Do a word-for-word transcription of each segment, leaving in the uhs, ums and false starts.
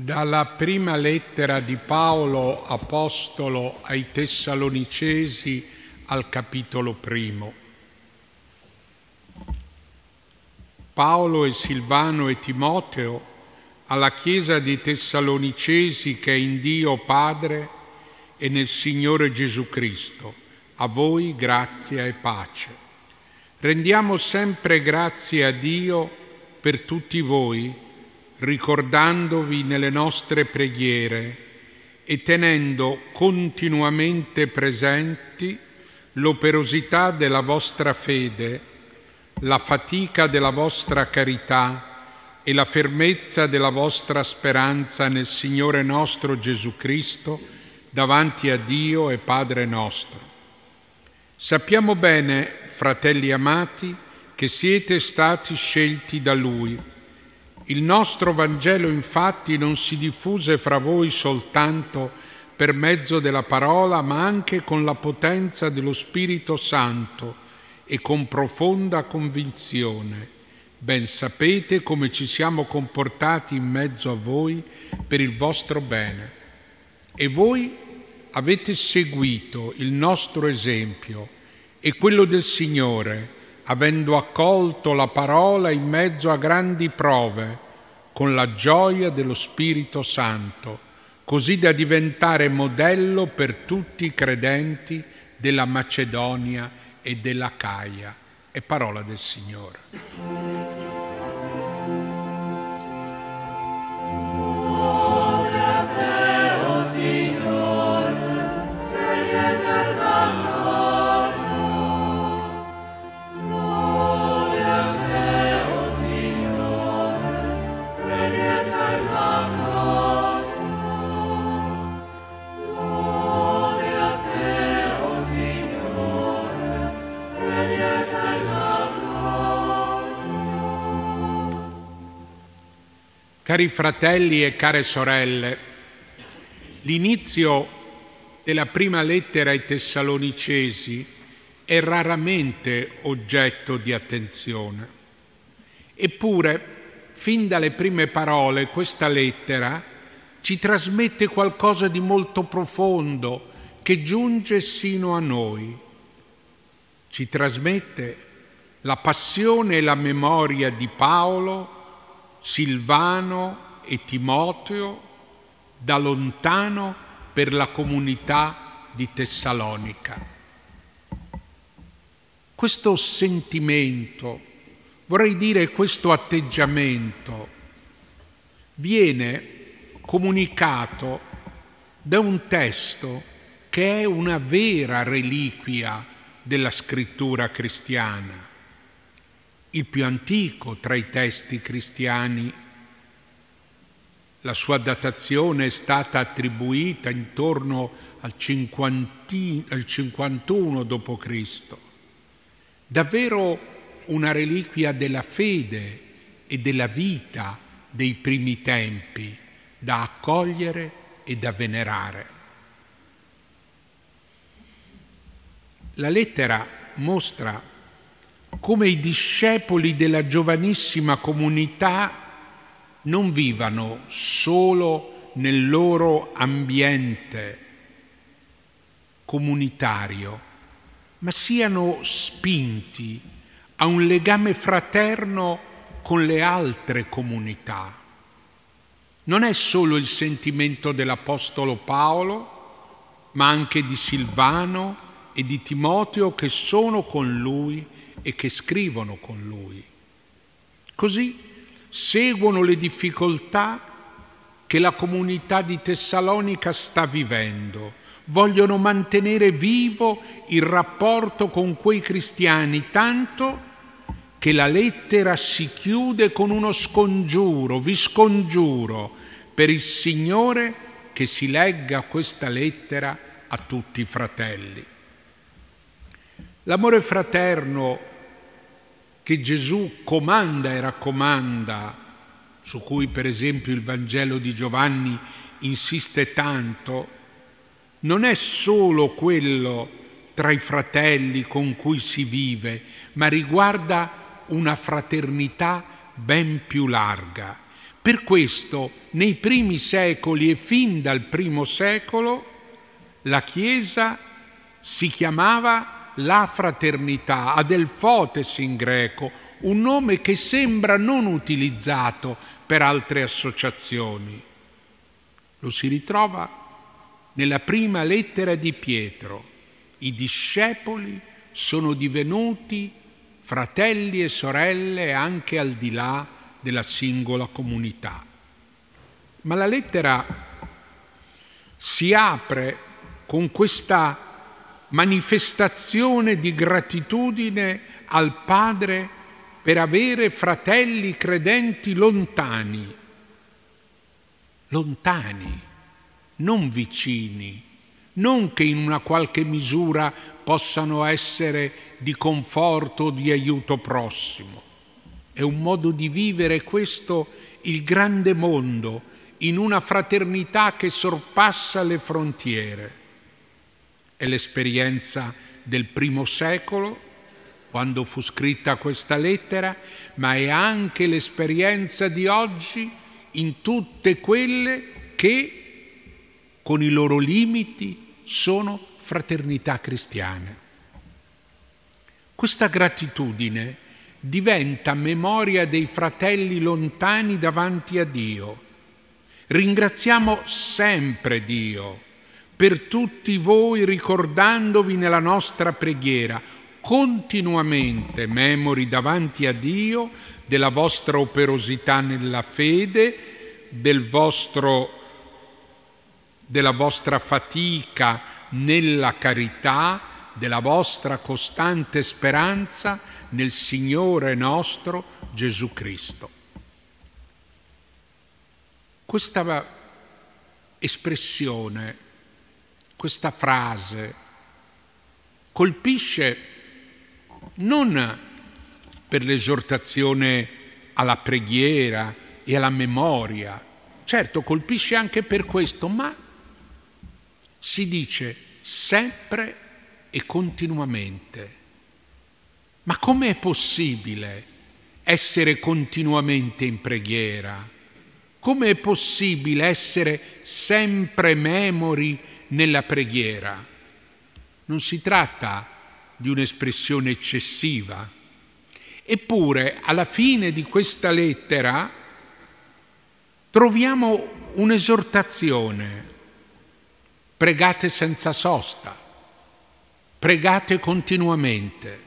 Dalla prima lettera di Paolo, apostolo ai Tessalonicesi, al capitolo primo. Paolo e Silvano e Timoteo, alla Chiesa dei Tessalonicesi che è in Dio Padre e nel Signore Gesù Cristo, a voi grazia e pace. Rendiamo sempre grazie a Dio per tutti voi, ricordandovi nelle nostre preghiere e tenendo continuamente presenti l'operosità della vostra fede, la fatica della vostra carità e la fermezza della vostra speranza nel Signore nostro Gesù Cristo davanti a Dio e Padre nostro. Sappiamo bene, fratelli amati, che siete stati scelti da Lui. Il nostro Vangelo infatti non si diffuse fra voi soltanto per mezzo della parola, ma anche con la potenza dello Spirito Santo e con profonda convinzione. Ben sapete come ci siamo comportati in mezzo a voi per il vostro bene. E voi avete seguito il nostro esempio e quello del Signore, avendo accolto la parola in mezzo a grandi prove, con la gioia dello Spirito Santo, così da diventare modello per tutti i credenti della Macedonia e dell'Acaia. È parola del Signore. Cari fratelli e care sorelle, l'inizio della prima lettera ai Tessalonicesi è raramente oggetto di attenzione. Eppure, fin dalle prime parole, questa lettera ci trasmette qualcosa di molto profondo che giunge sino a noi. Ci trasmette la passione e la memoria di Paolo, Silvano e Timoteo da lontano per la comunità di Tessalonica. Questo sentimento, vorrei dire questo atteggiamento, viene comunicato da un testo che è una vera reliquia della scrittura cristiana, il più antico tra i testi cristiani. La sua datazione è stata attribuita intorno al, al cinquantuno dopo Cristo Davvero una reliquia della fede e della vita dei primi tempi, da accogliere e da venerare. La lettera mostra come i discepoli della giovanissima comunità non vivano solo nel loro ambiente comunitario, ma siano spinti a un legame fraterno con le altre comunità. Non è solo il sentimento dell'Apostolo Paolo, ma anche di Silvano e di Timoteo che sono con lui e che scrivono con lui. Così seguono le difficoltà che la comunità di Tessalonica sta vivendo, vogliono mantenere vivo il rapporto con quei cristiani, tanto che la lettera si chiude con uno scongiuro: vi scongiuro per il Signore che si legga questa lettera a tutti i fratelli. L'amore fraterno che Gesù comanda e raccomanda, su cui per esempio il Vangelo di Giovanni insiste tanto, non è solo quello tra i fratelli con cui si vive, ma riguarda una fraternità ben più larga, Per questo, nei primi secoli e fin dal primo secolo, la Chiesa si chiamava la fraternità, adelphotes in greco, un nome che sembra non utilizzato per altre associazioni. Lo si ritrova nella prima lettera di Pietro. I discepoli sono divenuti fratelli e sorelle anche al di là della singola comunità. Ma la lettera si apre con questa manifestazione di gratitudine al Padre per avere fratelli credenti lontani, lontani, non vicini, non che in una qualche misura possano essere di conforto o di aiuto prossimo. È un modo di vivere questo, il grande mondo, in una fraternità che sorpassa le frontiere. È l'esperienza del primo secolo, quando fu scritta questa lettera, ma è anche l'esperienza di oggi in tutte quelle che, con i loro limiti, sono fraternità cristiane. Questa gratitudine diventa memoria dei fratelli lontani davanti a Dio. Ringraziamo sempre Dio per tutti voi, ricordandovi nella nostra preghiera continuamente, memori davanti a Dio, della vostra operosità nella fede, del vostro, della vostra fatica nella carità, della vostra costante speranza nel Signore nostro Gesù Cristo. Questa espressione, questa frase colpisce non per l'esortazione alla preghiera e alla memoria, certo colpisce anche per questo, ma si dice sempre e continuamente. Ma com'è possibile essere continuamente in preghiera? Come è possibile essere sempre memori nella preghiera? Non si tratta di un'espressione eccessiva. Eppure, alla fine di questa lettera troviamo un'esortazione. Pregate senza sosta, pregate continuamente.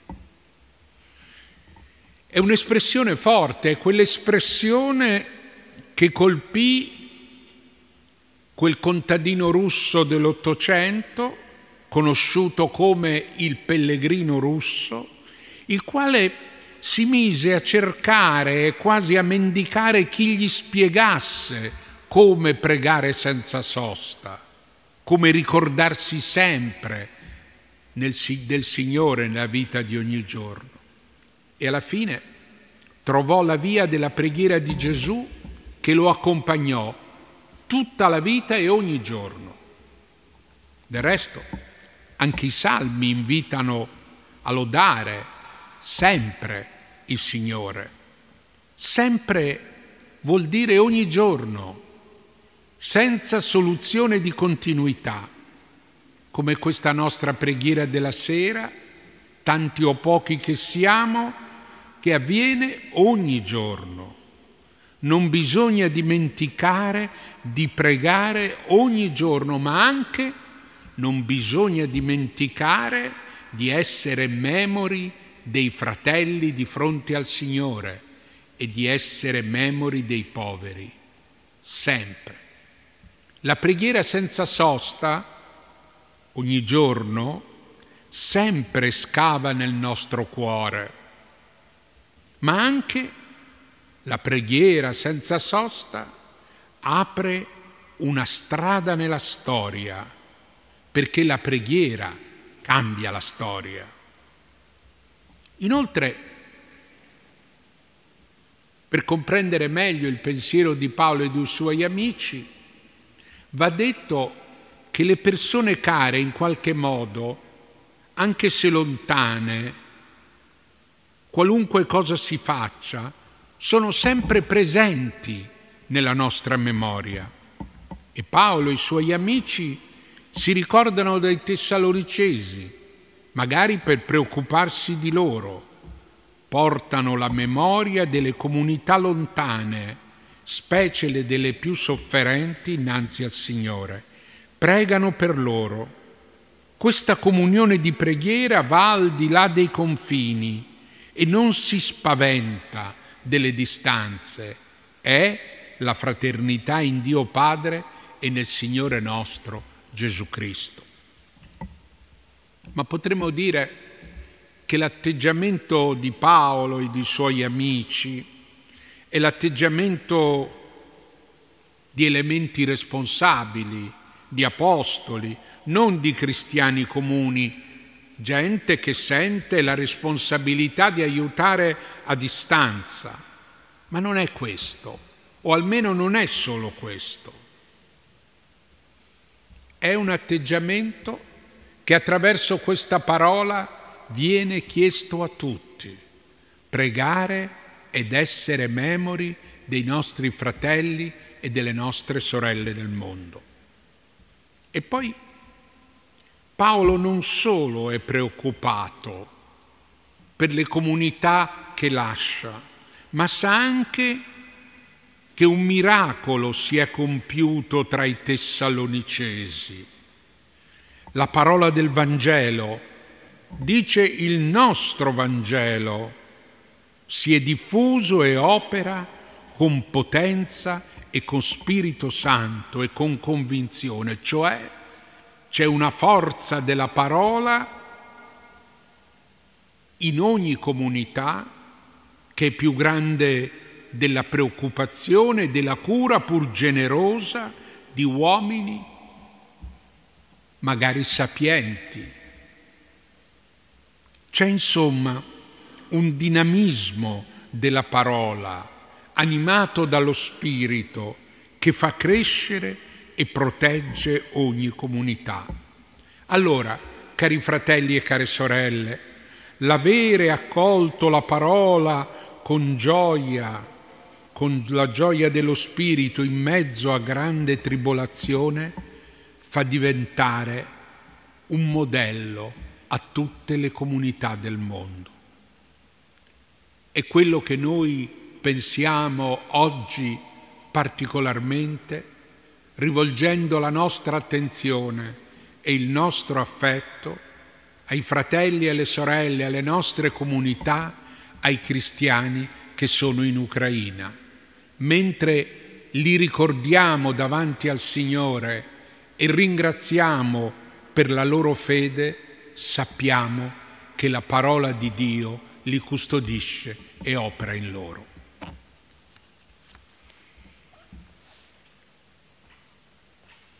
È un'espressione forte, è quell'espressione che colpì quel contadino russo dell'Ottocento, conosciuto come il pellegrino russo, il quale si mise a cercare e quasi a mendicare chi gli spiegasse come pregare senza sosta, come ricordarsi sempre nel, del Signore nella vita di ogni giorno. E alla fine trovò la via della preghiera di Gesù che lo accompagnò tutta la vita e ogni giorno. Del resto, anche i salmi invitano a lodare sempre il Signore. Sempre vuol dire ogni giorno, senza soluzione di continuità, come questa nostra preghiera della sera, tanti o pochi che siamo, che avviene ogni giorno. Non bisogna dimenticare di pregare ogni giorno, ma anche non bisogna dimenticare di essere memori dei fratelli di fronte al Signore e di essere memori dei poveri, sempre. La preghiera senza sosta, ogni giorno, sempre scava nel nostro cuore, ma anche la preghiera senza sosta apre una strada nella storia, perché la preghiera cambia la storia. Inoltre, per comprendere meglio il pensiero di Paolo e dei suoi amici, va detto che le persone care in qualche modo, anche se lontane, qualunque cosa si faccia, sono sempre presenti nella nostra memoria. E Paolo e i suoi amici si ricordano dei Tessalonicesi, magari per preoccuparsi di loro. Portano la memoria delle comunità lontane, specie le delle più sofferenti, innanzi al Signore. Pregano per loro. Questa comunione di preghiera va al di là dei confini e non si spaventa delle distanze. È la fraternità in Dio Padre e nel Signore nostro Gesù Cristo. Ma potremmo dire che l'atteggiamento di Paolo e dei suoi amici è l'atteggiamento di elementi responsabili, di apostoli, non di cristiani comuni, gente che sente la responsabilità di aiutare a distanza. Ma non è questo, o almeno non è solo questo. È un atteggiamento che attraverso questa parola viene chiesto a tutti: pregare ed essere memori dei nostri fratelli e delle nostre sorelle del mondo. E poi Paolo non solo è preoccupato per le comunità che lascia, ma sa anche che un miracolo si è compiuto tra i Tessalonicesi. La parola del Vangelo dice: il nostro Vangelo si è diffuso e opera con potenza e con Spirito Santo e con convinzione, cioè c'è una forza della parola in ogni comunità che è più grande della preoccupazione e della cura pur generosa di uomini magari sapienti. C'è insomma un dinamismo della parola animato dallo Spirito che fa crescere e protegge ogni comunità. Allora, cari fratelli e care sorelle, l'avere accolto la parola con gioia, con la gioia dello Spirito in mezzo a grande tribolazione, fa diventare un modello a tutte le comunità del mondo. È quello che noi pensiamo oggi particolarmente, rivolgendo la nostra attenzione e il nostro affetto ai fratelli e alle sorelle, alle nostre comunità, ai cristiani che sono in Ucraina. Mentre li ricordiamo davanti al Signore e ringraziamo per la loro fede, sappiamo che la parola di Dio li custodisce e opera in loro.